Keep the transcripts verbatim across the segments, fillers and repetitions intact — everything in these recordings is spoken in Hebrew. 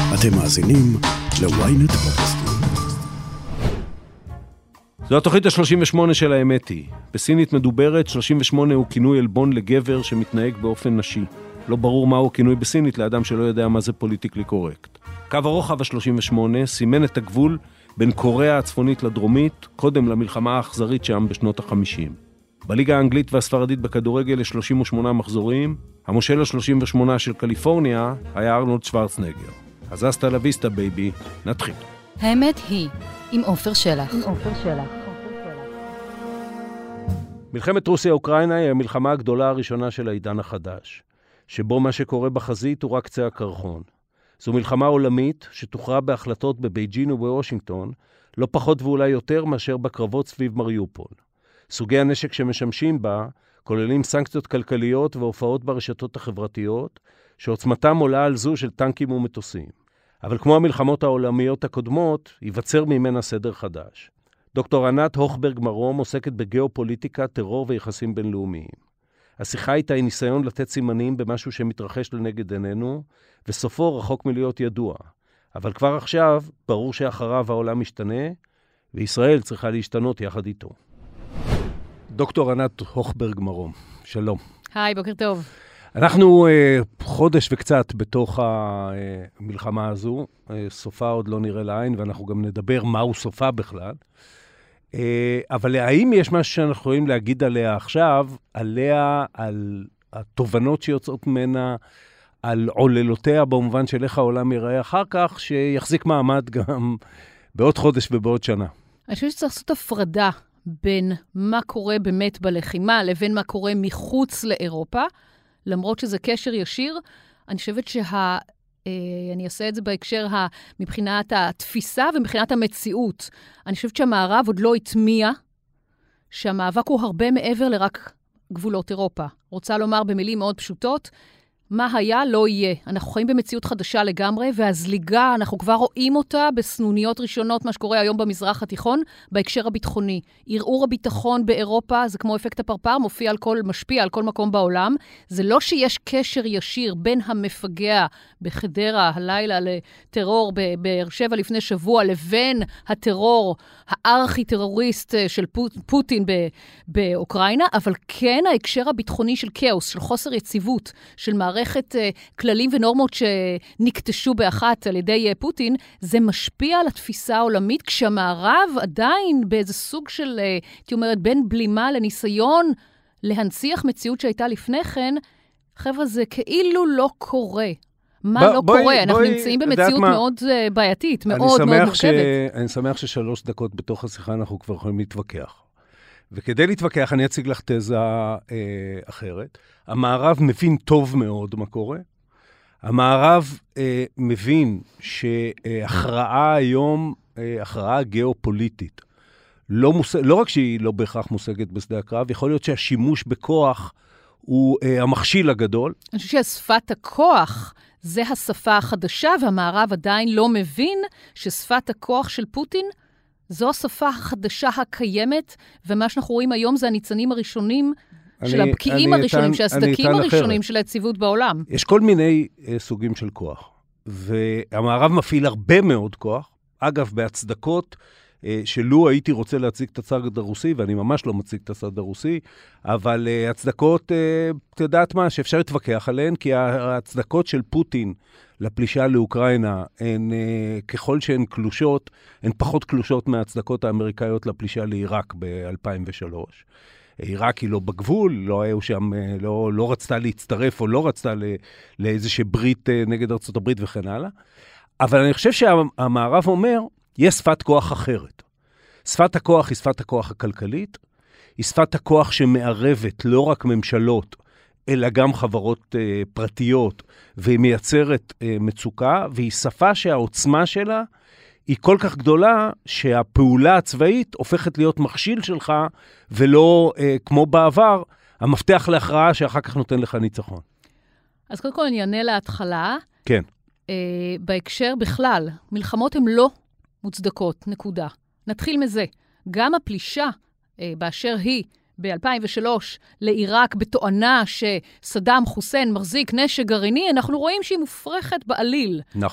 אתם מאזינים ל-ynet פודקאסטים. זו התוכנית ה-שלושים ושמונה של האמת היא. בסינית מדוברת, שלושים ושמונה הוא כינוי אלבון לגבר שמתנהג באופן נשי. לא ברור מהו כינוי בסינית לאדם שלא יודע מה זה פוליטיקלי קורקט. קו הרוחב ה-שלושים ושמונה סימן את הגבול בין קוריאה הצפונית לדרומית, קודם למלחמה האכזרית שם בשנות ה-חמישים. בליגה האנגלית והספרדית בכדורגל ל-שלושים ושמונה מחזורים, המושל ה-שלושים ושמונה של קליפורניה היה ארנולד שוורצנגר. אז אסטה לויסטה בייבי, נתחיל. האמת היא, עם עופר שלח. עם עופר שלח. מלחמת רוסיה-אוקראינה היא המלחמה הגדולה הראשונה של העידן החדש, שבו מה שקורה בחזית הוא רק קצה הקרחון. זו מלחמה עולמית שתוכרע בהחלטות בבייג'ין ובוושינגטון, לא פחות ואולי יותר מאשר בקרבות סביב מריופול. סוגי הנשק שמשמשים בה כוללים סנקציות כלכליות והופעות ברשתות החברתיות, שעוצמתם עולה על זו של טנקים ומטוסים. אבל כמו המלחמות העולמיות הקודמות, ייווצר ממנה סדר חדש. דוקטור ענת הוכברג מרום עוסקת בגיאופוליטיקה, טרור ויחסים בינלאומיים. השיחה איתה היא ניסיון לתת סימנים במשהו שמתרחש לנגד עינינו, וסופו רחוק מלהיות ידוע. אבל כבר עכשיו ברור שאחריו העולם משתנה, וישראל צריכה להשתנות יחד איתו. דוקטור ענת הוכברג מרום, שלום. היי, בוקר טוב. אנחנו uh, חודש וקצת בתוך המלחמה הזו, uh, סופה עוד לא נראה לעין, ואנחנו גם נדבר מהו סופה בכלל. Uh, אבל האם יש משהו שאנחנו יכולים להגיד עליה עכשיו, עליה, על התובנות שיוצאות ממנה, על עוללותיה במובן של איך העולם ייראה אחר כך, שיחזיק מעמד גם בעוד חודש ובעוד שנה? אני חושבת שצריך לעשות הפרדה בין מה קורה באמת בלחימה, לבין מה קורה מחוץ לאירופה, למרות שזה קשר ישיר. אני חושבת שה... אני אעשה את זה בהקשר ה... מבחינת התפיסה ומבחינת המציאות. אני חושבת שהמערב עוד לא התמיע, שהמאבק הוא הרבה מעבר לרק גבולות אירופה. רוצה לומר במילים מאוד פשוטות, מה היה לא יהיה. אנחנו חיים במציאות חדשה לגמרי, והזליגה, אנחנו כבר רואים אותה בסנוניות ראשונות, מה שקורה היום במזרח התיכון, בהקשר הביטחוני. ערעור הביטחון באירופה, זה כמו אפקט הפרפר, מופיע על כל, משפיע על כל מקום בעולם. זה לא שיש קשר ישיר בין המפגע בחדרה, הלילה, לטרור בבאר שבע לפני שבוע, לבין הטרור, הארכי-טרוריסט של פוטין באוקראינה, אבל כן ההקשר הביטחוני של כאוס, של חוסר יציבות, של מערכת מערכת כללים ונורמות שנקטשו באחת על ידי פוטין, זה משפיע על התפיסה העולמית, כשהמערב עדיין באיזה סוג של, הייתי אומרת, בין בלימה לניסיון להנציח מציאות שהייתה לפני כן, חבר'ה, זה כאילו לא קורה. מה ב- לא בואי, קורה? אנחנו בואי, נמצאים במציאות מה... מאוד uh, בעייתית, מאוד מאוד מורכבת. ש... אני שמח ששלוש דקות בתוך השיחה אנחנו כבר יכולים להתווכח. וכדי להתווכח, אני אציג לך תזה אה, אחרת. המערב מבין טוב מאוד מה קורה. המערב אה, מבין שהכרעה היום, אה, הכרעה גיאופוליטית, לא, מוס... לא רק שהיא לא בהכרח מושגת בשדה הקרב, יכול להיות שהשימוש בכוח הוא אה, המכשיל הגדול. אני חושב ששפת הכוח זה השפה החדשה, והמערב עדיין לא מבין ששפת הכוח של פוטין זו השפה החדשה הקיימת, ומה שאנחנו רואים היום זה הניצנים הראשונים אני, של הבקיעים הראשונים, של הסדקים הראשונים של היציבות בעולם. יש כל מיני uh, סוגים של כוח, והמערב מפעיל הרבה מאוד כוח, אגב, בהצדקות uh, שלו הייתי רוצה להציג את הצד הרוסי, ואני ממש לא מציג את הצד הרוסי, אבל uh, הצדקות, uh, תדעת מה, שאפשר להתווכח עליהן, כי ההצדקות של פוטין, לפלישה לאוקראינה, הן, אה, ככל שהן קלושות, הן פחות קלושות מההצדקות האמריקאיות לפלישה לעיראק ב-אלפיים ושלוש. עיראק היא לא בגבול, לא היו שם, אה, לא, לא רצתה להצטרף או לא רצתה ל, לאיזושהי ברית אה, נגד ארצות הברית וכן הלאה. אבל אני חושב שהמערב אומר, יש שפת כוח אחרת. שפת הכוח היא שפת הכוח הכלכלית, היא שפת הכוח שמערבת לא רק ממשלות, אלא גם חברות uh, פרטיות, והיא מייצרת uh, מצוקה, והיא שפה שהעוצמה שלה היא כל כך גדולה, שהפעולה הצבאית הופכת להיות מכשיל שלך, ולא uh, כמו בעבר, המפתח להכרעה שאחר כך נותן לך ניצחון. אז קודם כל אני אענה להתחלה. כן. Uh, בהקשר בכלל, מלחמות הן לא מוצדקות, נקודה. נתחיל מזה. גם הפלישה uh, באשר היא, ב-אלפיים ושלוש לעיראק בתואנה שסדאם חוסיין מחזיק נשק גרעיני, אנחנו רואים שהיא מופרכת בעליל. נכון.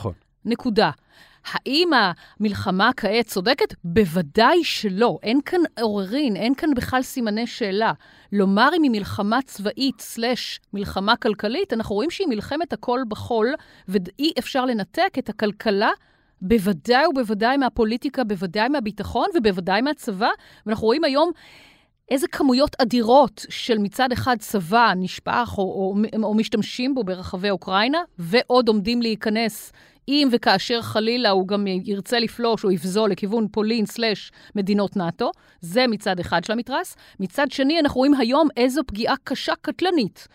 נקודה. האם המלחמה כעת צודקת? בוודאי שלא. אין כאן עוררין, אין כאן בכלל סימני שאלה. לומר אם היא מלחמה צבאית סלש מלחמה כלכלית, אנחנו רואים שהיא מלחמת הכל בחול, ואי אפשר לנתק את הכלכלה, בוודאי ובוודאי מהפוליטיקה, בוודאי מהביטחון ובוודאי מהצבא. ואנחנו רואים היום איזה כמויות אדירות של מצד אחד צבא נשפח או, או, או משתמשים בו ברחבי אוקראינה, ועוד עומדים להיכנס אם וכאשר חלילה הוא גם ירצה לפלוש או יפזול לכיוון פולין סלש מדינות נאטו. זה מצד אחד של המתרס. מצד שני אנחנו רואים היום איזו פגיעה קשה קטלנית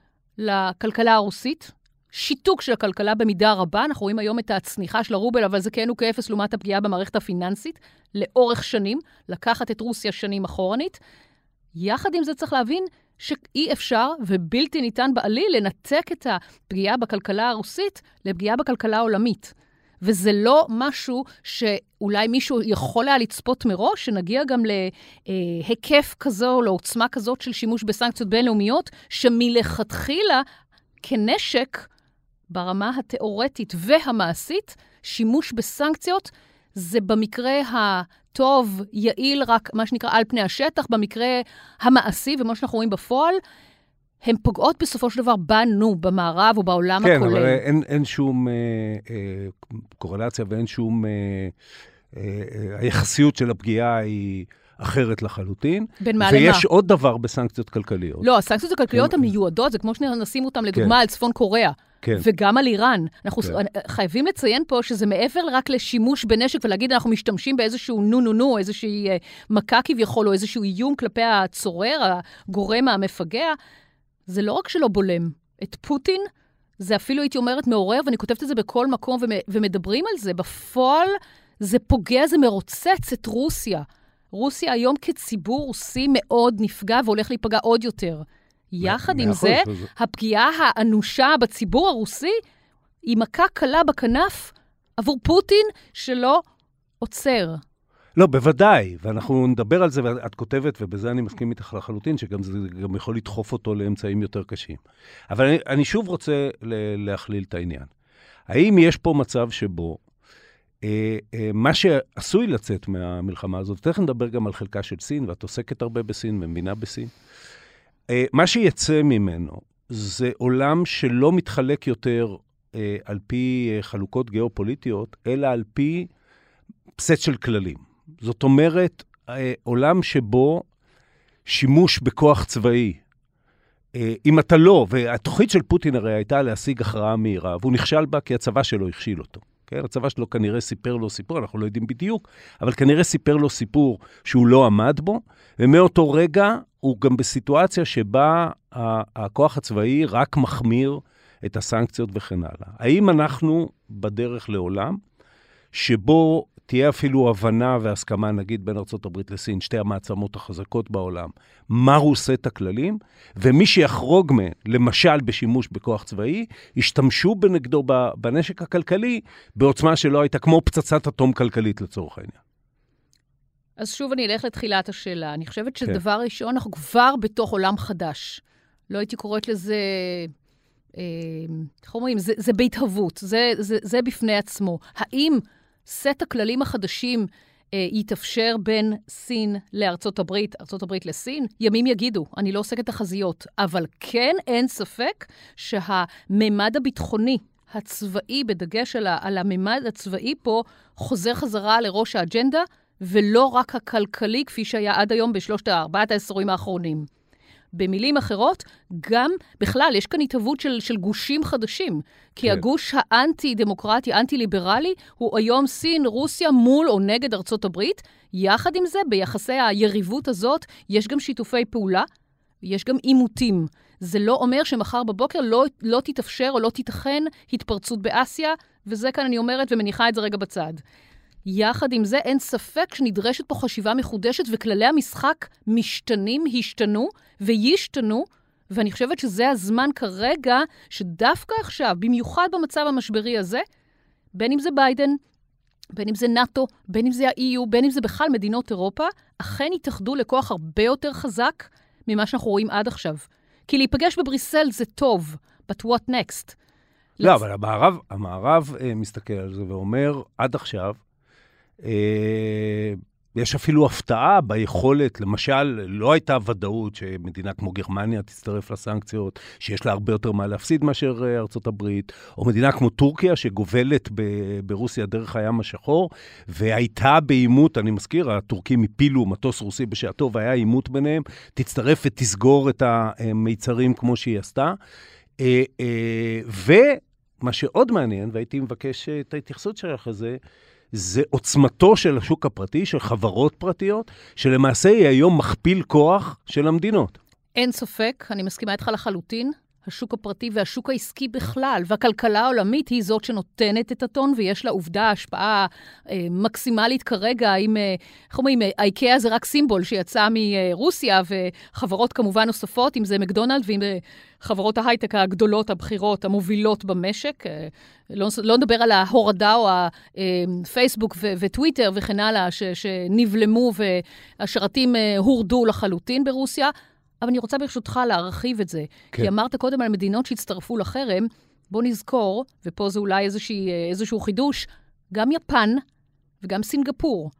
לכלכלה הרוסית. שיתוק של הכלכלה במידה רבה. אנחנו רואים היום את הצניחה של הרובל, אבל זה כן הוא כאפס לעומת הפגיעה במערכת הפיננסית, לאורך שנים, לקחת את רוסיה שנים אחורנית. יחד עם זה צריך להבין שאי אפשר ובלתי ניתן בעליל לנתק את הפגיעה בכלכלה הרוסית לפגיעה בכלכלה העולמית. וזה לא משהו שאולי מישהו יכול היה לצפות מראש, שנגיע גם להיקף כזו, לעוצמה כזאת של שימוש בסנקציות בינלאומיות, שמלכתחילה כנשק ברמה התיאורטית והמעשית, שימוש בסנקציות זה במקרה הטוב, יעיל, רק מה שנקרא על פני השטח, במקרה המעשי, ומה שאנחנו רואים בפועל, הן פוגעות בסופו של דבר בנו, במערב או בעולם כן, הכולל. כן, אבל אין, אין שום אה, אה, קורלציה ואין שום... אה, אה, היחסיות של הפגיעה היא אחרת לחלוטין. בין מה למה? ויש עוד דבר בסנקציות כלכליות. לא, הסנקציות הכלכליות המיועדות, זה כמו שנשים אותם לדוגמה על צפון קוריאה. כן. וגם על איראן. אנחנו כן. חייבים לציין פה שזה מעבר רק לשימוש בנשק, ולהגיד אנחנו משתמשים באיזשהו נו נו נו, איזושהי מכה כביכול, או איזשהו איום כלפי הצורר, הגורם המפגע. זה לא רק שלא בולם. את פוטין, זה אפילו הייתי אומרת מעורר, ואני כותבת את זה בכל מקום, ומדברים על זה. בפועל זה פוגע, זה מרוצץ את רוסיה. רוסיה היום כציבור רוסי מאוד נפגע, והולך להיפגע עוד יותר. יחד עם זה, הפגיעה האנושה בציבור הרוסי היא מכה קלה בכנף עבור פוטין שלא עוצר. לא, בוודאי, ואנחנו נדבר על זה, ואת כותבת, ובזה אני מסכים איתך לחלוטין, שגם זה גם יכול לדחוף אותו לאמצעים יותר קשים. אבל אני, אני שוב רוצה להכליל את העניין. האם יש פה מצב שבו, אה, אה, מה שעשוי לצאת מהמלחמה הזאת, תכף נדבר גם על חלקה של סין, ואת עוסקת הרבה בסין, ומבינה בסין, מה שיצא ממנו זה עולם שלא מתחלק יותר אה, על פי חלוקות גיאופוליטיות, אלא על פי סט של כללים. זאת אומרת, אה, עולם שבו שימוש בכוח צבאי, אה, אם אתה לא, והתוכנית של פוטין הרי הייתה להשיג הכרעה מהירה, והוא נכשל בה כי הצבא שלו הכשיל אותו. כן? הצבא שלו כנראה סיפר לו סיפור, אנחנו לא יודעים בדיוק, אבל כנראה סיפר לו סיפור שהוא לא עמד בו, ומאותו רגע הוא גם בסיטואציה שבה הכוח הצבאי רק מחמיר את הסנקציות וכן הלאה. האם אנחנו בדרך לעולם, שבו תהיה אפילו הבנה והסכמה, נגיד, בין ארצות הברית לסין, שתי המעצמות החזקות בעולם, מה הוא עושה את הכללים, ומי שיחרוג מהן, למשל בשימוש בכוח צבאי, ישתמשו בנגדו בנשק הכלכלי, בעוצמה שלא הייתה כמו פצצת אטום כלכלית לצורך העניין. אז שוב אני אלך לתחילת השאלה. אני חושבת שדבר כן. ראשון, אנחנו כבר בתוך עולם חדש. לא הייתי קוראת לזה, אה, איך אומרים, זה, זה בהתהוות, זה, זה, זה בפני עצמו. האם סט הכללים החדשים אה, יתאפשר בין סין לארצות הברית, ארצות הברית לסין? ימים יגידו, אני לא עוסקת תחזיות, אבל כן אין ספק שהממד הביטחוני, הצבאי, בדגש על, על הממד הצבאי פה, חוזר חזרה לראש האג'נדה, ולא רק הכלכלי, כפי שהיה עד היום בשלושת ארבעת העשורים האחרונים. במילים אחרות, גם בכלל יש כאן התהוות של, של גושים חדשים, כי כן. הגוש האנטי-דמוקרטי, האנטי-ליברלי, הוא היום סין, רוסיה מול או נגד ארצות הברית. יחד עם זה, ביחסי היריבות הזאת, יש גם שיתופי פעולה, יש גם עימותים. זה לא אומר שמחר בבוקר לא, לא תתאפשר או לא תיתכן התפרצות באסיה, וזה כאן אני אומרת ומניחה את זה רגע בצד. יחד עם זה אין ספק שנדרשת פה חשיבה מחודשת, וכללי המשחק משתנים, השתנו וישתנו, ואני חושבת שזה הזמן כרגע, שדווקא עכשיו, במיוחד במצב המשברי הזה, בין אם זה ביידן, בין אם זה נאטו, בין אם זה ה-אי יו, בין אם זה בכלל מדינות אירופה, אכן יתאחדו לכוח הרבה יותר חזק ממה שאנחנו רואים עד עכשיו. כי להיפגש בבריסל זה טוב, but what next? לא, אבל המערב, המערב אה, מסתכל על זה ואומר, עד עכשיו, אה, יש אפילו הפתעה ביכולת, למשל, לא הייתה ודאות שמדינה כמו גרמניה תצטרף לסנקציות, שיש לה הרבה יותר מה להפסיד מאשר ארצות הברית, או מדינה כמו טורקיה שגובלת ב- ברוסיה דרך הים השחור, והייתה בעימות, אני מזכיר, הטורקים הפילו מטוס רוסי בשעתו, והיה עימות ביניהם, תצטרף ותסגור את המיצרים כמו שהיא עשתה. ומה שעוד מעניין, והייתי מבקש את ההתייחסות שלך לזה, זה עוצמתו של השוק הפרטי, של חברות פרטיות, שלמעשה היא היום מכפיל כוח של המדינות. אין ספק, אני מסכימה איתך לחלוטין. השוק הפרטי והשוק העסקי בכלל, והכלכלה העולמית היא זאת שנותנת את הטון, ויש לה עובדה, השפעה אה, מקסימלית כרגע, עם, אה, איך אומרים, אייקאה זה רק סימבול שיצא מרוסיה, וחברות כמובן נוספות, אם זה מקדונלד, ועם אה, חברות ההייטק הגדולות, הבחירות, המובילות במשק. אה, לא, לא נדבר על ההורדה או הפייסבוק ו- וטוויטר וכן הלאה, ש- שנבלמו והשרתים אה, הורדו לחלוטין ברוסיה, אבל אני רוצה ברשותך להרחיב את זה. כן. כי אמרת קודם על מדינות שהצטרפו לחרם, בוא נזכור, ופה זה אולי איזושהי, איזשהו חידוש, גם יפן וגם סינגפור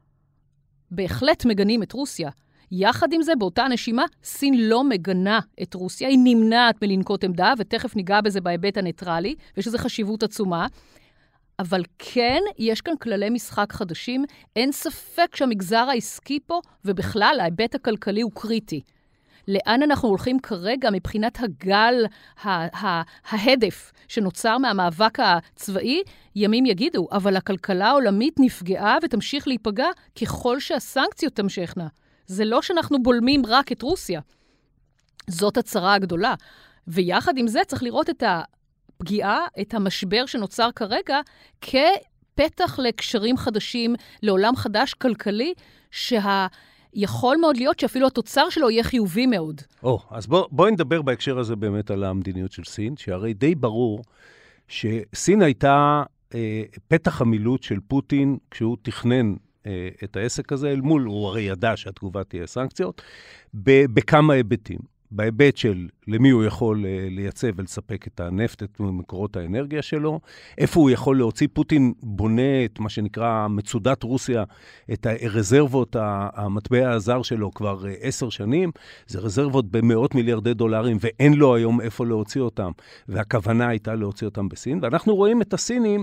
בהחלט מגנים את רוסיה. יחד עם זה, באותה נשימה, סין לא מגנה את רוסיה, היא נמנעת מלנקוט עמדה, ותכף ניגע בזה בהיבט הניטרלי, ויש לזה חשיבות עצומה. אבל כן, יש כאן כללי משחק חדשים, אין ספק שהמגזר העסקי פה, ובכלל ההיבט הכלכלי הוא קריטי. לאן אנחנו הולכים כרגע מבחינת הגל, ה- ה- ההדף שנוצר מהמאבק הצבאי, ימים יגידו, אבל הכלכלה העולמית נפגעה ותמשיך להיפגע ככל שהסנקציות תמשכנה. זה לא שאנחנו בולמים רק את רוסיה. זאת הצרה הגדולה. ויחד עם זה צריך לראות את הפגיעה, את המשבר שנוצר כרגע, כפתח לקשרים חדשים, לעולם חדש כלכלי, שה... יכול מאוד להיות שאפילו התוצר שלו יהיה חיובי מאוד. או, אז בוא, בואי נדבר בהקשר הזה באמת על המדיניות של סין, שהרי די ברור שסין הייתה אה, פתח המילוט של פוטין כשהוא תכנן אה, את העסק הזה אל מול, הוא הרי ידע שהתגובה תהיה סנקציות, ב- בכמה היבטים. בהיבט של למי הוא יכול לייצא ולספק את הנפט, את מקורות האנרגיה שלו, איפה הוא יכול להוציא, פוטין בונה את מה שנקרא מצודת רוסיה, את הרזרבות, המטבע הזר שלו כבר עשר שנים, זה רזרבות במאות מיליארדי דולרים, ואין לו היום איפה להוציא אותם, והכוונה הייתה להוציא אותם בסין, ואנחנו רואים את הסינים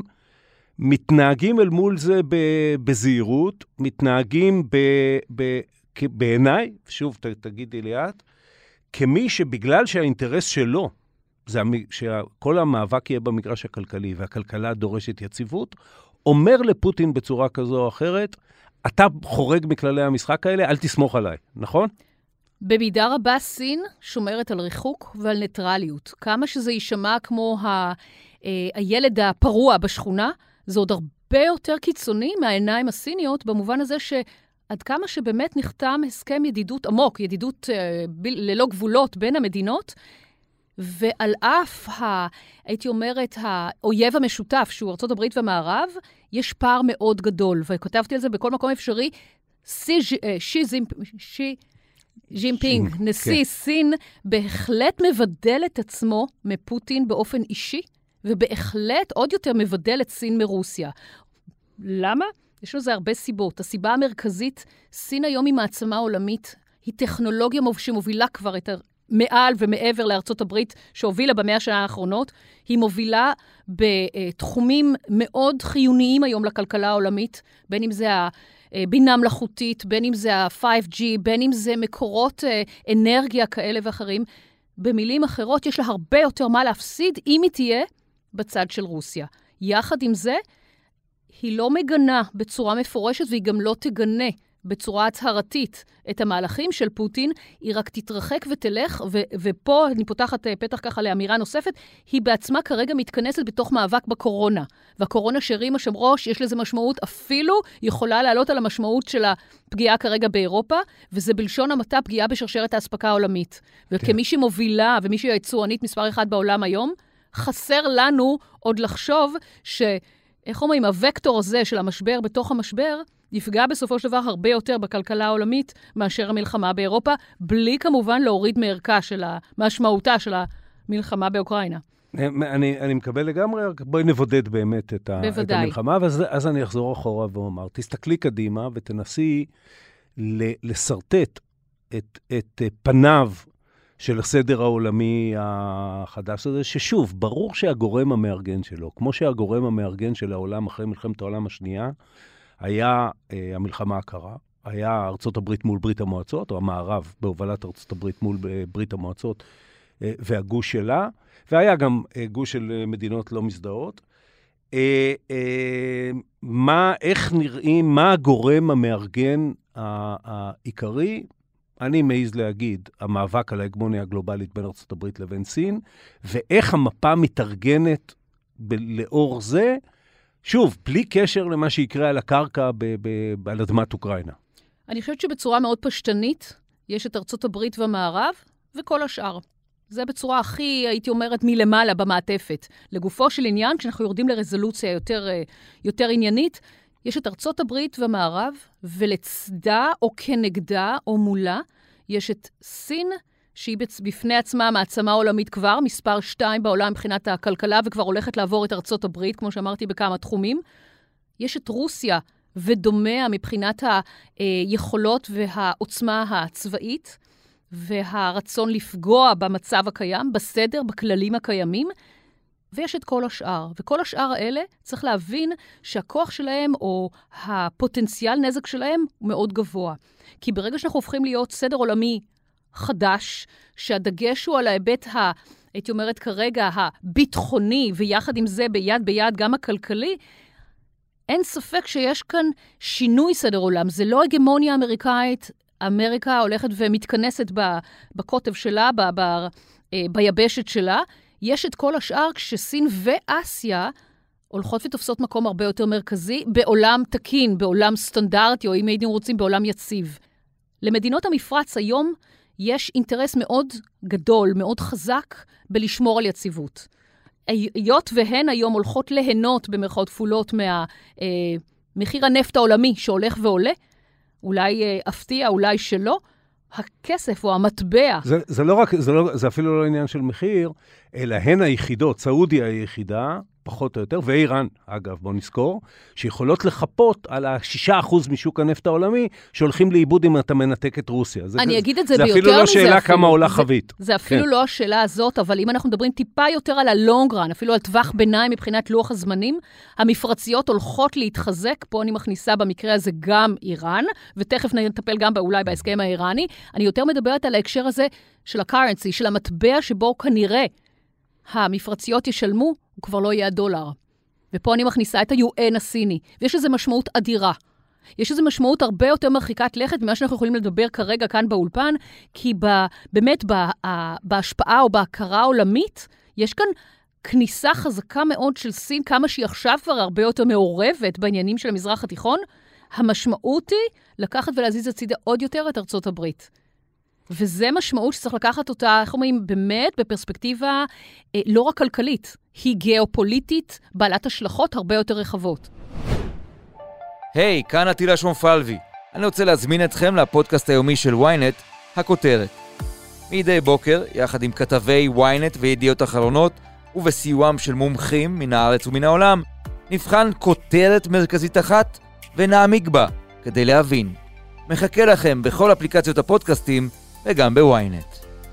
מתנהגים אל מול זה בזהירות, מתנהגים ב, ב, בעיניי, שוב ת, תגידי לי את, כמי שבגלל שהאינטרס שלו, זה שכל המאבק יהיה במגרש הכלכלי, והכלכלה דורשת יציבות, אומר לפוטין בצורה כזו או אחרת, אתה חורג מכללי המשחק האלה, אל תסמוך עליי, נכון? במידה רבה סין שומרת על ריחוק ועל ניטרליות. כמה שזה יישמע כמו ה, אה, הילד הפרוע בשכונה, זה עוד הרבה יותר קיצוני מהעיניים הסיניות, במובן הזה ש... עד כמה שבאמת נחתם הסכם ידידות עמוק, ידידות אה, ב, ללא גבולות בין המדינות, ועל אף, ה, הייתי אומרת, האויב המשותף, שהוא ארצות הברית והמערב, יש פער מאוד גדול, וכתבתי על זה בכל מקום אפשרי, סי, אה, שי, זימפ, שי ז'ינפינג, נשיא סין, בהחלט מבדל את עצמו מפוטין באופן אישי, ובהחלט עוד יותר מבדל את סין מרוסיה. למה? יש לזה הרבה סיבות. הסיבה המרכזית, סין היום היא מעצמה עולמית, היא טכנולוגיה שמובילה כבר את מעל ומעבר לארצות הברית, שהובילה במאה השנה האחרונות, היא מובילה בתחומים מאוד חיוניים היום לכלכלה העולמית, בין אם זה הבינה מלאכותית, בין אם זה ה-פייב ג'י, בין אם זה מקורות אנרגיה כאלה ואחרים. במילים אחרות, יש לה הרבה יותר מה להפסיד, אם היא תהיה בצד של רוסיה. יחד עם זה, היא לא מגנה בצורה מפורשת, והיא גם לא תגנה בצורה הצהרתית את המהלכים של פוטין, היא רק תתרחק ותלך, ו- ופה אני פותחת פתח ככה לאמירה נוספת, היא בעצמה כרגע מתכנסת בתוך מאבק בקורונה, והקורונה שהרימה שם ראש, יש לזה משמעות, אפילו יכולה לעלות על המשמעות של הפגיעה כרגע באירופה, וזה בלשון המעטה פגיעה בשרשרת האספקה העולמית. וכמי שמובילה ומי שיצואנית מספר אחד בעולם היום, חסר לנו עוד לחשוב ש... איך אומרים, הוקטור הזה של המשבר בתוך המשבר, יפגע בסופו של דבר הרבה יותר בכלכלה העולמית מאשר המלחמה באירופה, בלי כמובן להוריד מערכה של המשמעותה של המלחמה באוקראינה. אני, אני מקבל לגמרי, בואי נבודד באמת את, ה, את המלחמה, ואז אז אני אחזור אחורה ואומר, תסתכלי קדימה ותנסי לסרטט את, את פניו של הסדר העולמי החדש הזה, ששוב, ברור שהגורם המארגן שלו, כמו שהגורם המארגן של העולם אחרי מלחמת העולם השנייה, היה אה, המלחמה הקרה, היה ארצות הברית מול ברית המועצות, או המערב בהובלת ארצות הברית מול ברית המועצות, אה, והגוש שלה, והיה גם אה, גוש של מדינות לא מזדהות. אה, אה, מה, איך נראים, מה הגורם המארגן העיקרי? אני מעז להגיד, המאבק על ההגמוניה הגלובלית בין ארצות הברית לבין סין, ואיך המפה מתארגנת ב- לאור זה, שוב, בלי קשר למה שיקרה על הקרקע ב- ב- על אדמת אוקראינה. אני חושבת שבצורה מאוד פשטנית, יש את ארצות הברית והמערב וכל השאר. זה בצורה הכי, הייתי אומרת, מלמעלה במעטפת. לגופו של עניין, כשאנחנו יורדים לרזולוציה יותר, יותר עניינית, יש את ארצות הברית והמערב, ולצדה או כנגדה או מולה, יש את סין, שהיא בפני עצמה מעצמה עולמית כבר, מספר שתיים בעולם מבחינת הכלכלה, וכבר הולכת לעבור את ארצות הברית, כמו שאמרתי, בכמה תחומים. יש את רוסיה ודומיה מבחינת היכולות והעוצמה הצבאית, והרצון לפגוע במצב הקיים, בסדר, בכללים הקיימים, ויש את כל השאר. וכל השאר האלה צריך להבין שהכוח שלהם או הפוטנציאל נזק שלהם הוא מאוד גבוה. כי ברגע שאנחנו הופכים להיות סדר עולמי חדש, שהדגש הוא על ההיבט, ה, הייתי אומרת כרגע, הביטחוני, ויחד עם זה ביד ביד גם הכלכלי, אין ספק שיש כאן שינוי סדר עולם. זה לא הגמוניה אמריקאית, אמריקה הולכת ומתכנסת בקוטב שלה, ב, ב, ביבשת שלה, יש את כל השאר כשסין ואסיה הולכות ותופסות מקום הרבה יותר מרכזי בעולם תקין, בעולם סטנדרטי, או אם היינו רוצים בעולם יציב. למדינות המפרץ היום יש אינטרס מאוד גדול, מאוד חזק, בלשמור על יציבות. היות והן היום הולכות ליהנות במרכאות כפולות מהמחיר הנפט העולמי שהולך ועולה, אולי אפתיע, אולי שלא, הכסף או המטבע. זה, זה לא רק, זה, לא, זה אפילו לא עניין של מחיר, אלא הן היחידות, סעודיה היחידה, פחות או יותר, ואיראן, אגב, בוא נזכור, שיכולות לחפות על ה-שישה אחוז משוק הנפט העולמי, שהולכים לאיבוד אם אתה מנתק את רוסיה. זה, אני אגיד את זה, זה ביותר מזה. זה אפילו לא שאלה אפילו, כמה עולה זה, חבית. זה אפילו כן. לא השאלה הזאת, אבל אם אנחנו מדברים טיפה יותר על הלונגרן, אפילו על טווח ביניים מבחינת לוח הזמנים, המפרציות הולכות להתחזק, פה אני מכניסה במקרה הזה גם איראן, ותכף נטפל גם אולי בהסכם האיראני. אני יותר מדברת על ההקשר הזה של הקרנסי, של המטבע שבו כנראה המפרציות ישלמו, הוא כבר לא יהיה הדולר. ופה אני מכניסה את ה-יו אן הסיני, ויש לזה משמעות אדירה. יש לזה משמעות הרבה יותר מרחיקת לכת ממה שאנחנו יכולים לדבר כרגע כאן באולפן, כי ב, באמת ב, ה, בהשפעה או בהכרה העולמית, יש כאן כניסה חזקה מאוד של סין, כמה שהיא עכשיו כבר הרבה יותר מעורבת בעניינים של המזרח התיכון, המשמעות היא לקחת ולהזיז הצידה עוד יותר את ארצות הברית. וזה משמעות שצריך לקחת אותה, איך אומרים, באמת בפרספקטיבה אה, לא רק כלכלית, היא גיאופוליטית, בעלת השלכות הרבה יותר רחבות. היי, hey, כאן עטילה שומפלבי. אני רוצה להזמין אתכם לפודקאסט היומי של וויינט, הכותרת. מדי בוקר, יחד עם כתבי וויינט וידיעות אחרונות, ובסיועם של מומחים מן הארץ ומן העולם, נבחן כותרת מרכזית אחת ונעמיק בה כדי להבין. מחכה לכם בכל אפליקציות הפודקאסטים וגם בוויינט.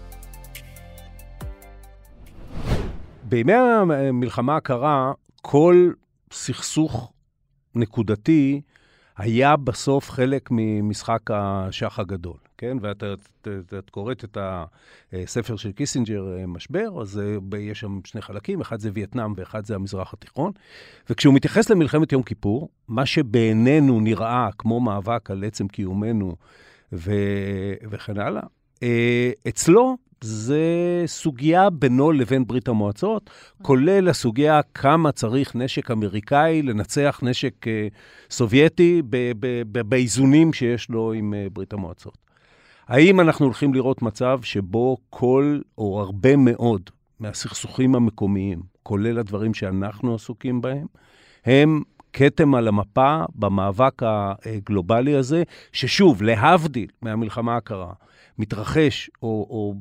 בימי המלחמה הקרה, כל סכסוך נקודתי היה בסוף חלק ממשחק השח הגדול, כן? ואת את, את, את קוראת את הספר של קיסינג'ר, משבר, אז יש שם שני חלקים, אחד זה וייטנאם ואחד זה המזרח התיכון, וכשהוא מתייחס למלחמת יום כיפור, מה שבעינינו נראה כמו מאבק על עצם קיומנו ו... וכן הלאה, אצלו זה סוגיה בינו לבין ברית המועצות, כולל הסוגיה כמה צריך נשק אמריקאי לנצח נשק סובייטי באיזונים שיש לו עם ברית המועצות. האם אנחנו הולכים לראות מצב שבו כל או הרבה מאוד מהסכסוכים המקומיים, כולל הדברים שאנחנו עסוקים בהם, הם כתם על המפה במאבק הגלובלי הזה, ששוב, להבדיל מהמלחמה הקרה, מתרחש, או, או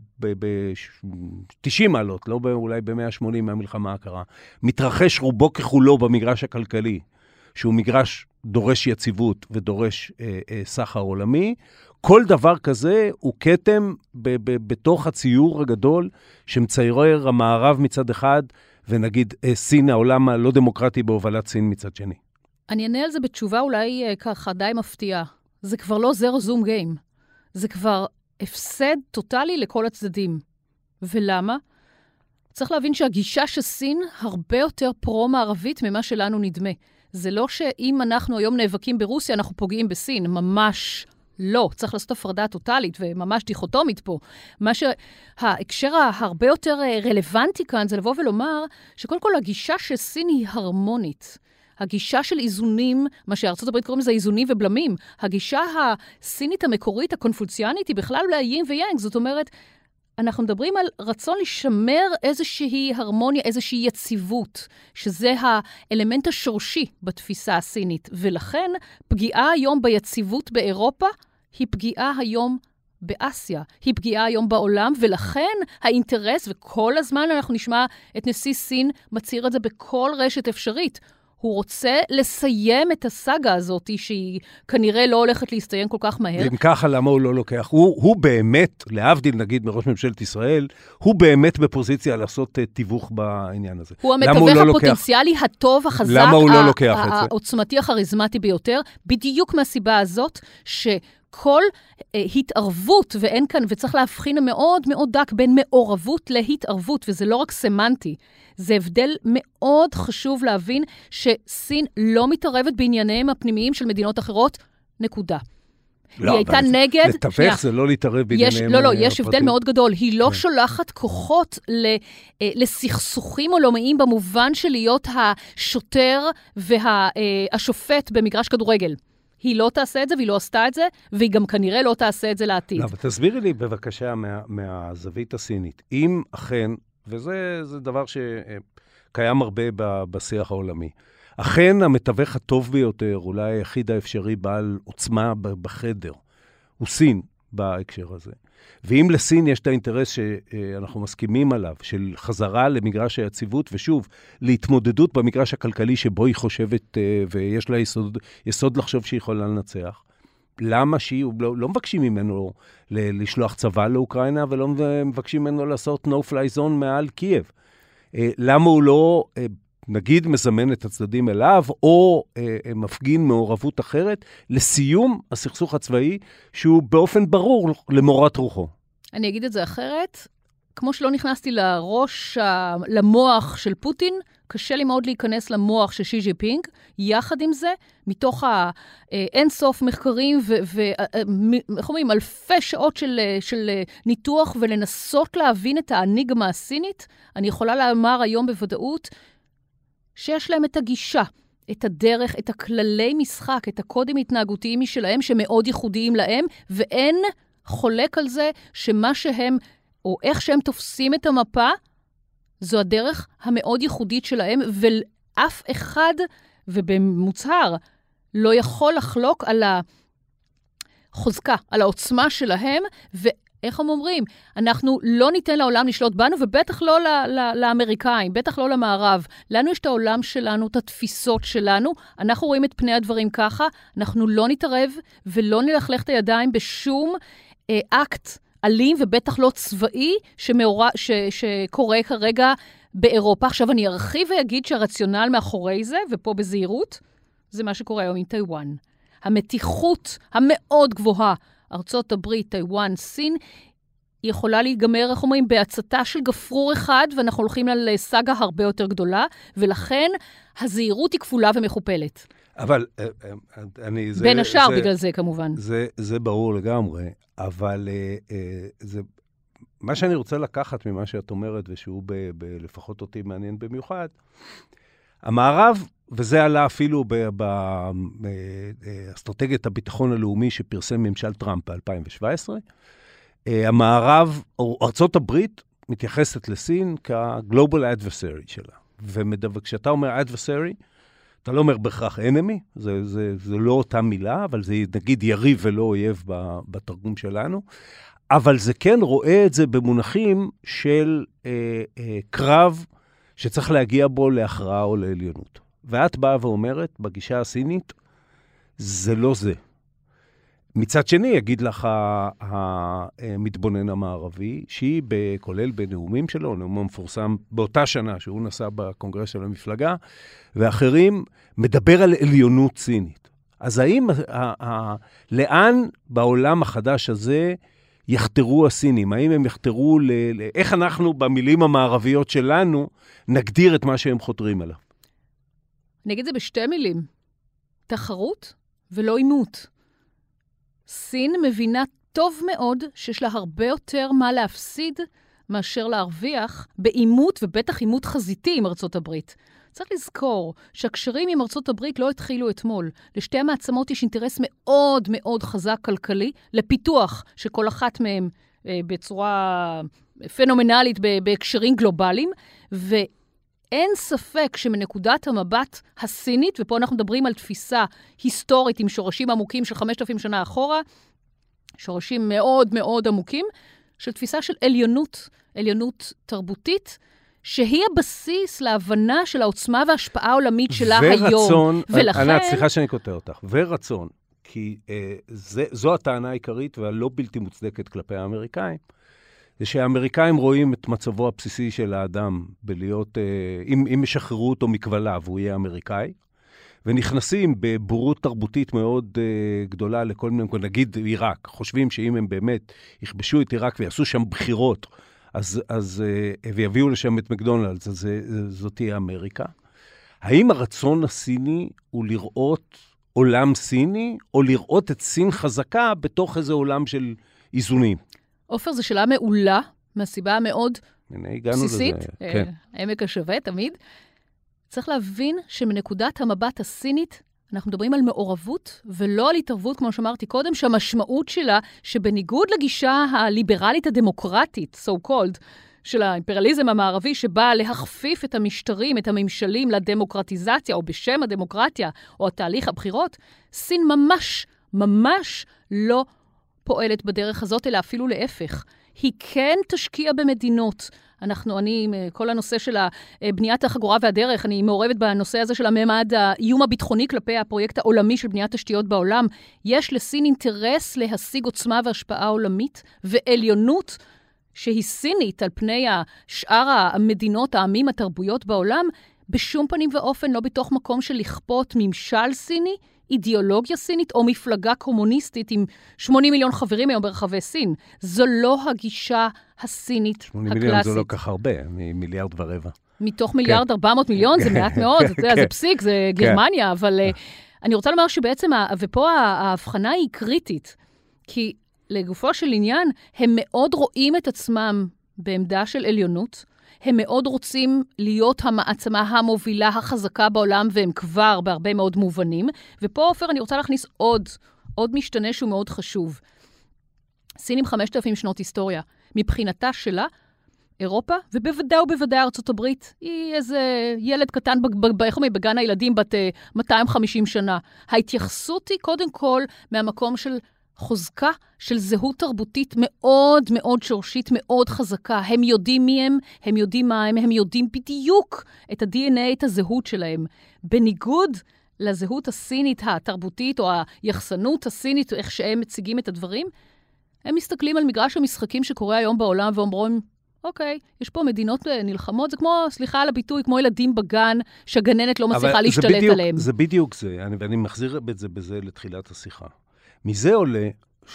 ב-תשעים מעלות, לא אולי ב-מאה ושמונים מהמלחמה הקרה, מתרחש רובו ככולו במגרש הכלכלי, שהוא מגרש דורש יציבות ודורש אה, אה, סחר עולמי, כל דבר כזה הוא קטם ב- ב- בתוך הציור הגדול שמציירר המערב מצד אחד, ונגיד אה, סין, העולם הלא דמוקרטי בהובלת סין מצד שני. אני אענה על זה בתשובה אולי אה, ככה די מפתיעה. זה כבר לא זר זום גיים. זה כבר הפסד טוטלי לכל הצדדים. ולמה? צריך להבין שהגישה של סין הרבה יותר פרו-מערבית ממה שלנו נדמה. זה לא שאם אנחנו היום נאבקים ברוסיה, אנחנו פוגעים בסין. ממש לא. צריך לעשות הפרדה טוטלית וממש דיכוטומית פה. מה שההקשר ההרבה יותר רלוונטי כאן זה לבוא ולומר שקודם כל הגישה של סין היא הרמונית. הגישה של איזונים, מה שארצות הברית קוראים לזה איזונים ובלמים, הגישה הסינית המקורית, הקונפוציאנית, היא בכלל אולי יין ויאנג. זאת אומרת, אנחנו מדברים על רצון לשמר איזושהי הרמוניה, איזושהי יציבות, שזה האלמנט השורשי בתפיסה הסינית. ולכן, פגיעה היום ביציבות באירופה, היא פגיעה היום באסיה, היא פגיעה היום בעולם, ולכן האינטרס, וכל הזמן אנחנו נשמע את נשיא סין מצהיר את זה בכל רשת אפשרית, הוא רוצה לסיים את הסאגה הזאת, שהיא כנראה לא הולכת להסתיים כל כך מהר. ואם ככה, למה הוא לא לוקח? הוא, הוא באמת, להבדיל נגיד מראש ממשלת ישראל, הוא באמת בפוזיציה לעשות uh, תיווך בעניין הזה. הוא המתווך לא הפוטנציאלי לוקח... הטוב, החזק, למה הוא לא לוקח את זה? העוצמתי, הכריזמטי ביותר, בדיוק מהסיבה הזאת שכל uh, התערבות, ואין כאן, וצריך להבחין מאוד מאוד דק בין מעורבות להתערבות, וזה לא רק סמנטי. זה הבדל מאוד חשוב להבין שסין לא מתערבת בענייניהם הפנימיים של מדינות אחרות, נקודה. לא, היא הייתה נגד... לתווך זה לא להתערב בענייניהם. לא, לא, יש הבדל מאוד גדול. היא לא שולחת כוחות לסכסוכים עולמיים במובן של להיות השוטר והשופט במגרש כדורגל. היא לא תעשה את זה, והיא לא עשתה את זה, והיא גם כנראה לא תעשה את זה לעתיד. לא, אבל תסבירי לי בבקשה מה, מהזווית הסינית. אם אכן, וזה זה דבר שקיים הרבה בשיח העולמי, אכן המתווך הטוב ביותר, אולי היחיד האפשרי בעל עוצמה בחדר, הוא סין בהקשר הזה. ואם לסין יש את האינטרס שאנחנו מסכימים עליו, של חזרה למגרש היציבות, ושוב, להתמודדות במגרש הכלכלי שבו היא חושבת, ויש לה יסוד, יסוד לחשוב שהיא יכולה לנצח, למה שהיא, לא, לא מבקשים ממנו לשלוח צבא לאוקראינה, ולא מבקשים ממנו לעשות no-fly zone מעל קייב. למה הוא לא, נגיד, מזמן את הצדדים אליו, או מפגין מעורבות אחרת, לסיום הסכסוך הצבאי, שהוא באופן ברור למורת רוחו. אני אגיד את זה אחרת. כמו שלא נכנסתי לראש, למוח של פוטין, קשה לי מאוד להיכנס למוח של שי ג'ינפינג. יחד עם זה, מתוך האינסוף מחקרים ואיך אומרים, אלפי שעות של, של ניתוח ולנסות להבין את האניגמה הסינית, אני יכולה לומר היום בוודאות שיש להם את הגישה, את הדרך, את הכללי משחק, את הקודים התנהגותיים משלהם שמאוד ייחודיים להם, ואין חולק על זה שמה שהם או איך שהם תופסים את המפה, זו הדרך המאוד ייחודית שלהם, ואף אחד, ובמוצהר, לא יכול לחלוק על החוזקה, על העוצמה שלהם, ואיך הם אומרים? אנחנו לא ניתן לעולם לשלוט בנו, ובטח לא ל- ל- לאמריקאים, בטח לא למערב. לנו יש את העולם שלנו, את התפיסות שלנו, אנחנו רואים את פני הדברים ככה, אנחנו לא נתערב, ולא נלכלך את הידיים בשום אה, אקט, אלים ובטח לא צבאי שמאורה, ש, שקורה כרגע באירופה. עכשיו אני ארחיב ויגיד שהרציונל מאחורי זה, ופה בזהירות, זה מה שקורה היום עם טיואן. המתיחות המאוד גבוהה, ארצות הברית, טיואן, סין, היא יכולה להיגמר, איך אומרים, בהצתה של גפרור אחד, ואנחנו הולכים על סאגה הרבה יותר גדולה, ולכן הזהירות היא כפולה ומכופלת. אבל אני... זה, בין השאר זה, בגלל זה כמובן. זה, זה ברור לגמרי. אבל uh, uh, זה, מה שאני רוצה לקחת ממה שאת אומרת, ושהוא ב, ב, לפחות אותי מעניין במיוחד, המערב, וזה עלה אפילו באסטרטגיית הביטחון הלאומי שפרסם ממשל טראמפ ב-אלפיים שבע עשרה, uh, המערב, או ארצות הברית, מתייחסת לסין כ-global adversary שלה. וכשאתה אומר adversary, אתה לא אומר בהכרח enemy, זה, זה, זה לא אותה מילה, אבל זה נגיד יריב ולא אויב בתרגום שלנו. אבל זה כן רואה את זה במונחים של אה, אה, קרב שצריך להגיע בו להכרעה או לעליונות. ואת באה ואומרת, בגישה הסינית, זה לא זה. מצד שני, יגיד לך המתבונן המערבי, שהיא, כולל בנאומים שלו, נאום המפורסם באותה שנה שהוא נסע בקונגרס של המפלגה, ואחרים, מדבר על עליונות סינית. אז האם, ה- ה- לאן בעולם החדש הזה יחתרו הסינים? האם הם יחתרו, ל- ל- איך אנחנו במילים המערביות שלנו נגדיר את מה שהם חותרים אליו? אני אגיד את זה בשתי מילים. תחרות ולא עימות. סין מבינה טוב מאוד שיש לה הרבה יותר מה להפסיד מאשר להרוויח בעימות, ובטח עימות חזיתי עם ארצות הברית. צריך לזכור שהקשרים עם ארצות הברית לא התחילו אתמול. לשתי המעצמות יש אינטרס מאוד מאוד חזק כלכלי לפיתוח שכל אחת מהן אה, בצורה פנומנלית בהקשרים גלובליים, ואין ספק שמנקודת המבט הסינית, ופה אנחנו מדברים על תפיסה היסטורית עם שורשים עמוקים של חמשת אלפים שנה אחורה, שורשים מאוד מאוד עמוקים, של תפיסה של עליונות, עליונות תרבותית, שהיא הבסיס להבנה של העוצמה וההשפעה העולמית שלה ורצון, היום. ולכן... ענת, סליחה שאני קוטע אותך. ורצון, כי אה, זה, זו הטענה העיקרית והלא בלתי מוצדקת כלפי האמריקאים, זה שהאמריקאים רואים את מצבו הבסיסי של האדם בלהיות, אה, אם, אם משחררו אותו מכבלה והוא יהיה אמריקאי, ונכנסים בבורות תרבותית מאוד uh, גדולה לכל מיני, נגיד עיראק, חושבים שאם הם באמת יכבשו את עיראק ויעשו שם בחירות, אז, אז, uh, ויביאו לשם את מקדונלדס, אז uh, זאת תהיה אמריקה. האם הרצון הסיני הוא לראות עולם סיני, או לראות את סין חזקה בתוך איזה עולם של איזונים? עופר, זו שאלה מעולה, מהסיבה המאוד בסיסית, לזה, כן. עמק השווה תמיד. צריך להבין שמנקודת המבט הסינית, אנחנו מדברים על מעורבות ולא על התערבות, כמו שאמרתי קודם, שהמשמעות שלה, שבניגוד לגישה הליברלית הדמוקרטית, so called, של האימפריאליזם המערבי, שבא להכפיף את המשטרים, את הממשלים לדמוקרטיזציה, או בשם הדמוקרטיה, או התהליך הבחירות, סין ממש, ממש לא פועלת בדרך הזאת, אלא אפילו להפך. היא כן תשקיע במדינות. אנחנו, אני, כל הנושא של בניית החגורה והדרך, אני מעורבת בנושא הזה של הממד האיום הביטחוני כלפי הפרויקט העולמי של בניית תשתיות בעולם. יש לסין אינטרס להשיג עוצמה והשפעה עולמית ועליונות שהיא סינית על פני שאר המדינות, העמים, התרבויות בעולם, בשום פנים ואופן לא בתוך מקום של לכפות ממשל סיני, אידיאולוגיה סינית או מפלגה קומוניסטית עם שמונים מיליון חברים היום ברחבי סין. זו לא הגישה הסינית הקלאסית. שמונים מיליון זה לא כך הרבה, מיליארד ורבע. מתוך מיליארד ארבע מאות מיליון זה מעט מאוד, זה פסיק, זה גרמניה, אבל אני רוצה לומר שבעצם, ופה ההבחנה היא קריטית, כי לגופו של עניין, הם מאוד רואים את עצמם בעמדה של עליונות, הם מאוד רוצים להיות המעצמה המובילה החזקה בעולם, והם כבר בהרבה מאוד מובנים. ופה, עופר, אני רוצה להכניס עוד, עוד משתנה שהוא מאוד חשוב. סין עם חמשת אלפים שנות היסטוריה. מבחינתה שלה, אירופה, ובוודאי ובוודאי ארצות הברית, היא איזה ילד קטן בגן הילדים בת מאתיים וחמישים שנה. ההתייחסות היא קודם כל מהמקום של חוזקה של זהות תרבותית מאוד מאוד שורשית, מאוד חזקה. הם יודעים מי הם, הם יודעים מה הם, הם יודעים בדיוק את ה-די אן איי, את הזהות שלהם. בניגוד לזהות הסינית התרבותית, או היחסנות הסינית, איך שהם מציגים את הדברים, הם מסתכלים על מגרש המשחקים שקורה היום בעולם, ואומרים, אוקיי, יש פה מדינות נלחמות, זה כמו, סליחה על הביטוי, כמו ילדים בגן, שהגננת לא מצליחה להשתלט בדיוק, עליהם. זה בדיוק זה, אני, ואני מחזיר את זה בזה לתחילת השיחה. מזה עולה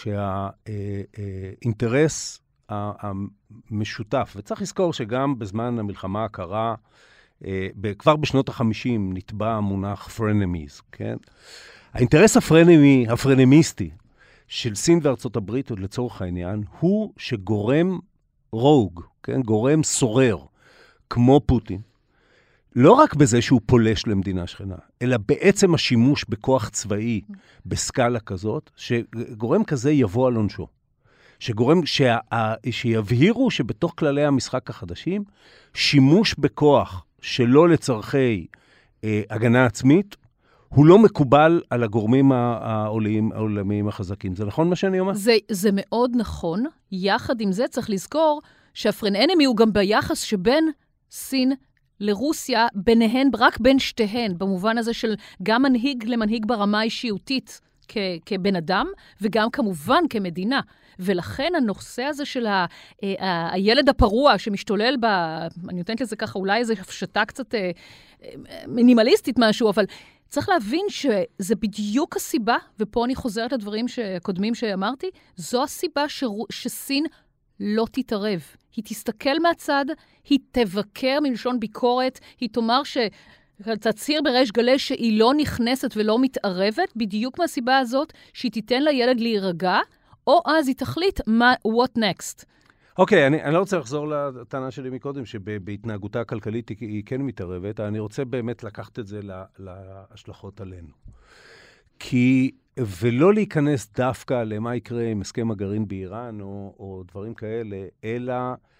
שהאינטרס המשותף, וצריך לזכור שגם בזמן המלחמה הקרה, כבר בשנות ה-חמישים נטבע המונח פרנמיז, כן? האינטרס הפרנמי, הפרנמיסטי של סין וארצות הברית, עוד לצורך העניין, הוא שגורם רוג, כן? גורם סורר, כמו פוטין, לא רק בזה שהוא פולש למדינה שכנה, אלא בעצם השימוש בכוח צבאי בסקאלה כזאת, שגורם כזה יבוא על עונשו. שגורם, שה, שיבהירו שבתוך כללי המשחק החדשים, שימוש בכוח שלא לצרכי אה, הגנה עצמית, הוא לא מקובל על הגורמים העולמיים, העולמיים החזקים. זה נכון מה שאני אומר? זה, זה מאוד נכון. יחד עם זה צריך לזכור שהפרן אנמי הוא גם ביחס שבין סין לרוסיה, ביניהן, רק בין שתיהן, במובן הזה של גם מנהיג למנהיג ברמה האישיותית כ- כבן אדם, וגם כמובן כמדינה. ולכן הנושא הזה של ה- ה- הילד הפרוע שמשתולל ב... אני נותנת לזה ככה, אולי איזו הפשטה קצת אה, מינימליסטית משהו, אבל צריך להבין שזה בדיוק הסיבה, ופה אני חוזרת לדברים הקודמים שאמרתי, זו הסיבה ש- שסין לא תתערב. היא תסתכל מהצד, היא תבקר מלשון ביקורת, היא תאמר ש... תצהיר בריש גלי שהיא לא נכנסת ולא מתערבת, בדיוק מהסיבה הזאת שהיא תיתן לילד להירגע, או אז היא תחליט מה, what next. אוקיי, okay, אני, אני לא רוצה לחזור לטענה שלי מקודם, שבהתנהגותה הכלכלית היא, היא כן מתערבת, אני רוצה באמת לקחת את זה לה, להשלכות עלינו. כי, ולא להיכנס דווקא למה יקרה עם הסכם הגרעין באיראן, או, או דברים כאלה, אלא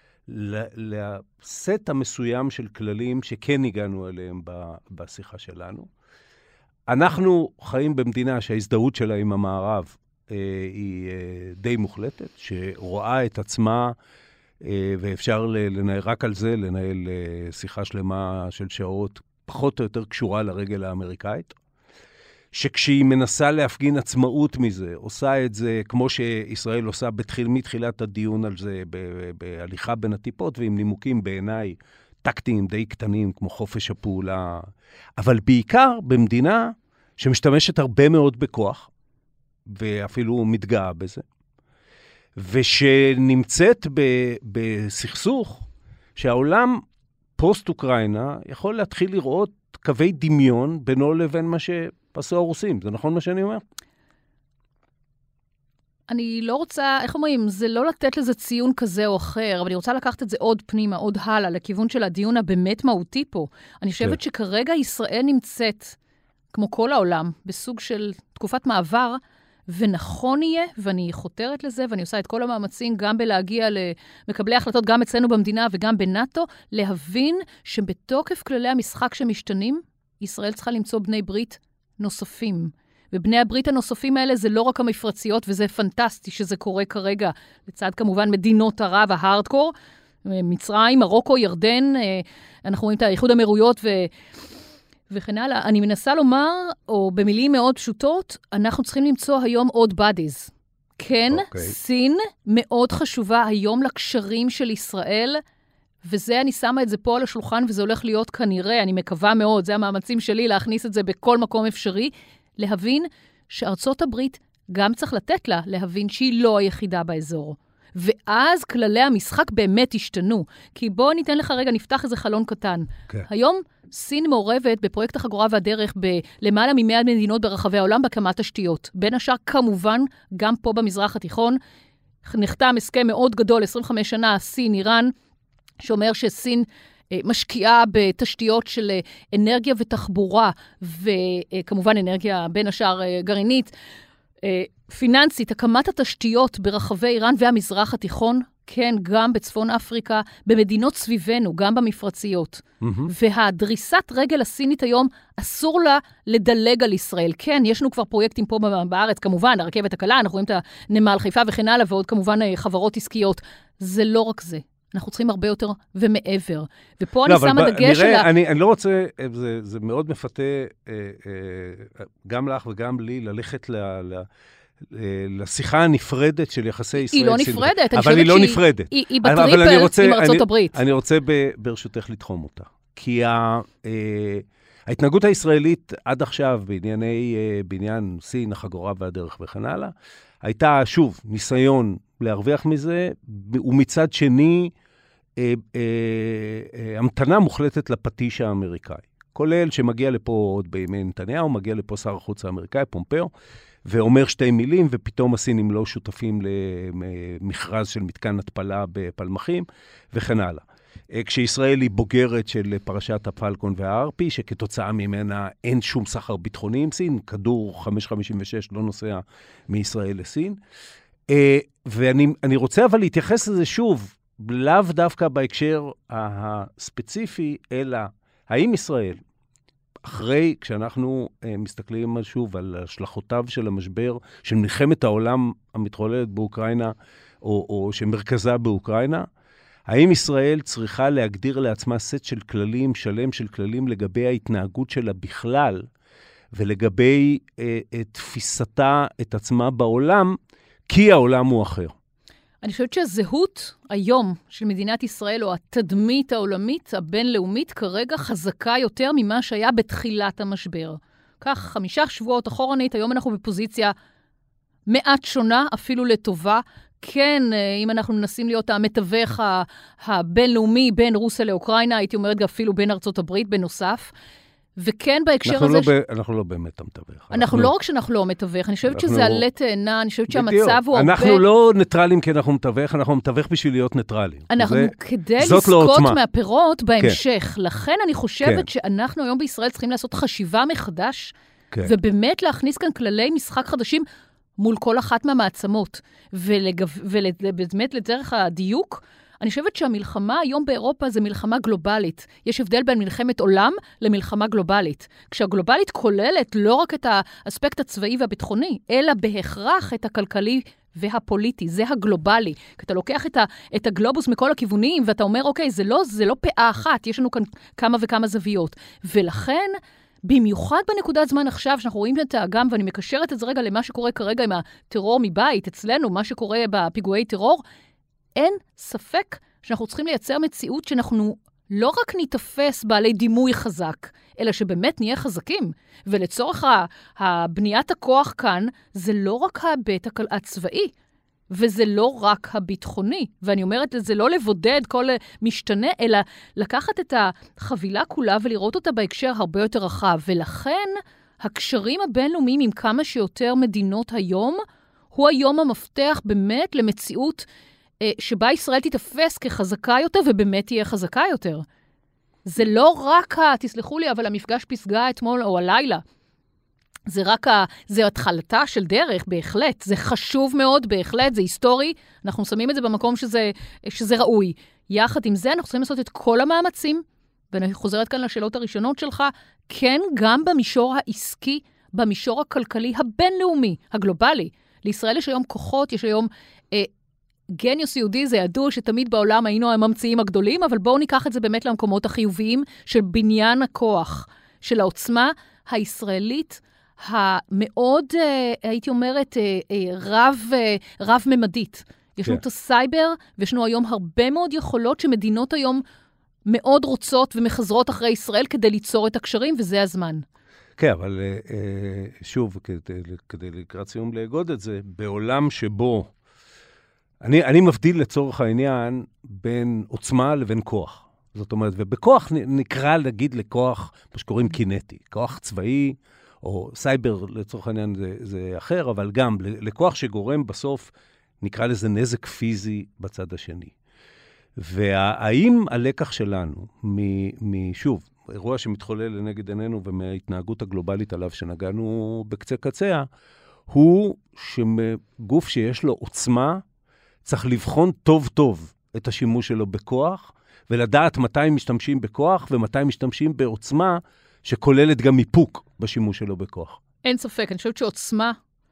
לסט המסוים של כללים שכן הגענו אליהם בשיחה שלנו. אנחנו חיים במדינה שההזדהות שלה עם המערב אה, היא אה, די מוחלטת, שרואה את עצמה, אה, ואפשר לנהל, רק על זה לנהל אה, שיחה שלמה של שעות, פחות או יותר קשורה לרגל האמריקאית, שכשהיא מנסה להפגין עצמאות מזה, עושה את זה כמו שישראל עושה בתחיל, מתחילת הדיון על זה, ב- בהליכה בין הטיפות, ועם נימוקים בעיניי טקטיים די קטנים, כמו חופש הפעולה, אבל בעיקר במדינה שמשתמשת הרבה מאוד בכוח, ואפילו מתגאה בזה, ושנמצאת ב- בסכסוך שהעולם פוסט-אוקראינה יכול להתחיל לראות קווי דמיון בינו לבין מה שפסו הרוסים. זה נכון מה שאני אומר? אני לא רוצה, איך אומרים, זה לא לתת לזה ציון כזה או אחר, אבל אני רוצה לקחת את זה עוד פנימה, עוד הלאה, לכיוון של הדיון הבאמת מהותי פה. אני חושבת שכרגע ישראל נמצאת, כמו כל העולם, בסוג של תקופת מעבר, ונכון יהיה, ואני חותרת לזה, ואני עושה את כל המאמצים גם בלהגיע למקבלי החלטות, גם אצלנו במדינה וגם בנאטו, להבין שבתוקף כללי המשחק שמשתנים, ישראל צריכה למצוא בני ברית נוספים. ובני הברית הנוספים האלה זה לא רק המפרציות, וזה פנטסטי שזה קורה כרגע, לצד כמובן מדינות ערב, ההארדקור, מצרים, מרוקו, ירדן, אנחנו רואים את האיחוד האמירויות ו... וכן הלאה. אני מנסה לומר, או במילים מאוד פשוטות, אנחנו צריכים למצוא היום עוד בדיז. כן, okay. סין מאוד חשובה היום לקשרים של ישראל, וזה, אני שמה את זה פה על השולחן, וזה הולך להיות כנראה, אני מקווה מאוד, זה המאמצים שלי להכניס את זה בכל מקום אפשרי, להבין שארצות הברית גם צריך לתת לה להבין שהיא לא היחידה באזור. ואז כללי המשחק באמת השתנו. כי בואו ניתן לך רגע, נפתח איזה חלון קטן. Okay. היום סין מעורבת בפרויקט החגורה והדרך בלמעלה ממאה מדינות ברחבי העולם בהקמת תשתיות. בין השאר, כמובן, גם פה במזרח התיכון, נחתם הסכם מאוד גדול, עשרים וחמש שנה, סין, איראן, שאומר שסין משקיעה בתשתיות של אנרגיה ותחבורה, וכמובן אנרגיה בין השאר גרעינית, פיננסית, הקמת התשתיות ברחבי איראן והמזרח התיכון, כן, גם בצפון אפריקה, במדינות סביבנו, גם במפרציות. Mm-hmm. והדריסת רגל הסינית היום, אסור לה לדלג על ישראל. כן, יש לנו כבר פרויקטים פה בארץ, כמובן, הרכבת הקלה, אנחנו רואים את הנמל חיפה וכן הלאה, ועוד כמובן חברות עסקיות. זה לא רק זה. אנחנו צריכים הרבה יותר ומעבר. ופה לא, אני שמה דגש על ה... אני, אני לא רוצה, זה, זה מאוד מפתה, אה, אה, גם לך וגם לי, ללכת ל... ל לשיחה הנפרדת של יחסי ישראל. היא לא נפרדת. אבל היא לא נפרדת. היא, היא בטריפל עם ארצות הברית. אני רוצה ברשותך לתחום אותה. כי ההתנהגות הישראלית עד עכשיו בענייני, בעניין סין, החגורה והדרך וכן הלאה, הייתה שוב ניסיון להרוויח מזה, ומצד שני, המתנה מוחלטת לפטיש האמריקאי. כולל שמגיע לפה עוד בימי נתניהו, מגיע לפה שר החוץ האמריקאי, פומפאו, ואומר שתי מילים, ופתאום הסינים לא שותפים למכרז של מתקן התפלה בפלמחים, וכן הלאה. כשישראל היא בוגרת של פרשת הפלקון והארפי, שכתוצאה ממנה אין שום סחר ביטחוני עם סין, כדור חמש חמישים ושש לא נוסע מישראל לסין. ואני רוצה אבל להתייחס לזה שוב, לאו דווקא בהקשר הספציפי, אלא האם ישראל, אחרי, כשאנחנו uh, מסתכלים שוב על השלכותיו של המשבר, של מלחמת העולם המתחוללת באוקראינה, או, או שמרכזה באוקראינה, האם ישראל צריכה להגדיר לעצמה סט של כללים, שלם של כללים לגבי ההתנהגות שלה בכלל, ולגבי אה, תפיסתה את עצמה בעולם, כי העולם הוא אחר. אני חושבת שהזהות היום של מדינת ישראל, או התדמית העולמית הבינלאומית, כרגע חזקה יותר ממה שהיה בתחילת המשבר. כך, חמישה שבועות אחורנית, היום אנחנו בפוזיציה מעט שונה, אפילו לטובה. כן, אם אנחנו מנסים להיות המתווך הבינלאומי בין רוסיה לאוקראינה, הייתי אומרת אפילו בין ארצות הברית בנוסף. וכן, בהקשר אנחנו הזה... לא ש... ב... אנחנו לא באמת המתווך. אנחנו, אנחנו לא רק שאנחנו לא המתווך, אני חושבת אנחנו... שזה עלה תאנה, אני חושבת שהמצב בדיוק. הוא הרבה... אנחנו לא ניטרלים כי אנחנו מתווך, אנחנו מתווך בשביל להיות ניטרלים. אנחנו זה... כדי לזכות לא מהפירות בהמשך. כן. לכן אני חושבת כן. שאנחנו היום בישראל צריכים לעשות חשיבה מחדש, כן. ובאמת להכניס כאן כללי משחק חדשים מול כל אחת מהמעצמות. ולגב... ובאמת לדרך הדיוק, אני חושבת שהמלחמה היום באירופה זה מלחמה גלובלית. יש הבדל בין מלחמת עולם למלחמה גלובלית. כשהגלובלית כוללת לא רק את האספקט הצבאי והביטחוני, אלא בהכרח את הכלכלי והפוליטי. זה הגלובלי. כי אתה לוקח את, ה, את הגלובוס מכל הכיוונים, ואתה אומר, אוקיי, זה לא, זה לא פאה אחת, יש לנו כאן כמה וכמה זוויות. ולכן, במיוחד בנקודת זמן עכשיו, שאנחנו רואים את האגם, ואני מקשרת את זה רגע למה שקורה כרגע עם הטרור מבית, אצלנו, מה שקורה בפיגועי טרור, אין ספק שאנחנו צריכים לייצר מציאות שאנחנו לא רק נתפס בעלי דימוי חזק, אלא שבאמת נהיה חזקים. ולצורך הבניית הכוח כאן, זה לא רק ההיבט הצבאי, וזה לא רק הביטחוני. ואני אומרת, זה לא לבודד כל משתנה, אלא לקחת את החבילה כולה ולראות אותה בהקשר הרבה יותר רחב. ולכן, הקשרים הבינלאומיים עם כמה שיותר מדינות היום, הוא היום המפתח באמת למציאות שבה ישראל תתפס כחזקה יותר, ובאמת תהיה חזקה יותר. זה לא רק, תסלחו לי, אבל המפגש פסגה אתמול או הלילה. זה רק, ה, זה התחלתה של דרך, בהחלט. זה חשוב מאוד, בהחלט, זה היסטורי. אנחנו שמים את זה במקום שזה, שזה ראוי. יחד עם זה, אנחנו צריכים לעשות את כל המאמצים, ואני חוזרת כאן לשאלות הראשונות שלך, כן, גם במישור העסקי, במישור הכלכלי הבינלאומי, הגלובלי. לישראל יש היום כוחות, יש היום... אה, גניוס יהודי זה ידוע שתמיד בעולם היינו הממציאים הגדולים, אבל בואו ניקח את זה באמת למקומות החיוביים של בניין הכוח, של העוצמה הישראלית המאוד, הייתי אומרת, רב, רב-ממדית. יש לנו את הסייבר, ויש לנו היום הרבה מאוד יכולות שמדינות היום מאוד רוצות ומחזרות אחרי ישראל כדי ליצור את הקשרים, וזה הזמן. כן, אבל שוב, כדי לקראת סיום לאגוד את זה, בעולם שבו אני, אני מבדיל לצורך העניין בין עוצמה לבין כוח. זאת אומרת, ובכוח נקרא להגיד לכוח, מה שקוראים קינטי, כוח צבאי, או סייבר לצורך העניין זה, זה אחר, אבל גם לכוח שגורם בסוף, נקרא לזה נזק פיזי בצד השני. והאם הלקח שלנו, משוב, אירוע שמתחולל לנגד עינינו, ומההתנהגות הגלובלית עליו שנגענו בקצה קצה, הוא שגוף שיש לו עוצמה, צריך לבחון טוב טוב את השימוש שלו בכוח, ולדעת מתי משתמשים בכוח, ומתי משתמשים בעוצמה, שכוללת גם איפוק בשימוש שלו בכוח. אין ספק, אני חושבת שעוצמה,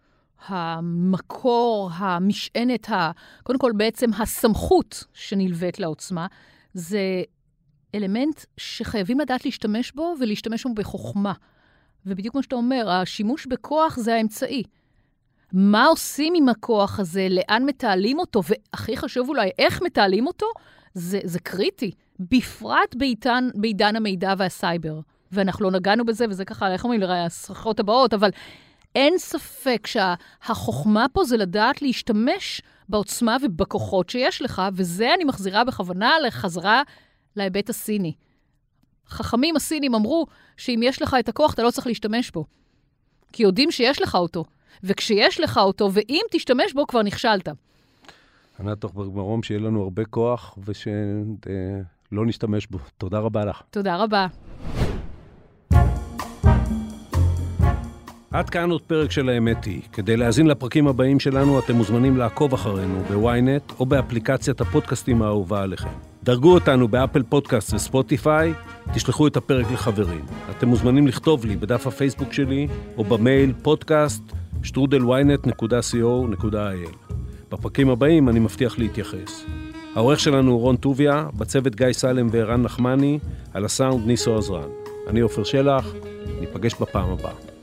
המקור, המשענת, ה... קודם כל בעצם הסמכות שנלווית לעוצמה, זה אלמנט שחייבים לדעת להשתמש בו, ולהשתמש בו בחוכמה. ובדיוק כמו שאתה אומר, השימוש בכוח זה האמצעי. מה עושים עם הכוח הזה, לאן מתעלים אותו, והכי חשוב אולי, איך מתעלים אותו, זה, זה קריטי, בפרט בעידן, בעידן המידע והסייבר. ואנחנו לא נגענו בזה, וזה ככה, איך אומרים, לראה, הסרחות הבאות, אבל אין ספק שהחוכמה פה זה לדעת להשתמש בעוצמה ובכוחות שיש לך, וזה אני מחזירה בכוונה לחזרה להיבט הסיני. חכמים הסינים אמרו שאם יש לך את הכוח, אתה לא צריך להשתמש בו. כי יודעים שיש לך אותו. וכשיש לך אותו, ואם תשתמש בו, כבר נכשלת. ענת טוכברג מרום, שיהיה לנו הרבה כוח, ושלא נשתמש בו. תודה רבה לך. תודה רבה. עד כאן עוד פרק של האמת היא. כדי להאזין לפרקים הבאים שלנו, אתם מוזמנים לעקוב אחרינו בוויינט, או באפליקציית הפודקאסטים האהובה עליכם. דרגו אותנו באפל פודקאסט וספוטיפיי, תשלחו את הפרק לחברים. אתם מוזמנים לכתוב לי בדף הפייסבוק שלי, או במייל פודקאסט שטרודל וויינט נקודה סי או נקודה איי אל. בפרקים הבאים אני מבטיח להתייחס. העורך שלנו הוא רון טוביה, בצוות גיא סלם וערן נחמני, על הסאונד ניסו עזרן. אני עופר שלח, ניפגש בפעם הבאה.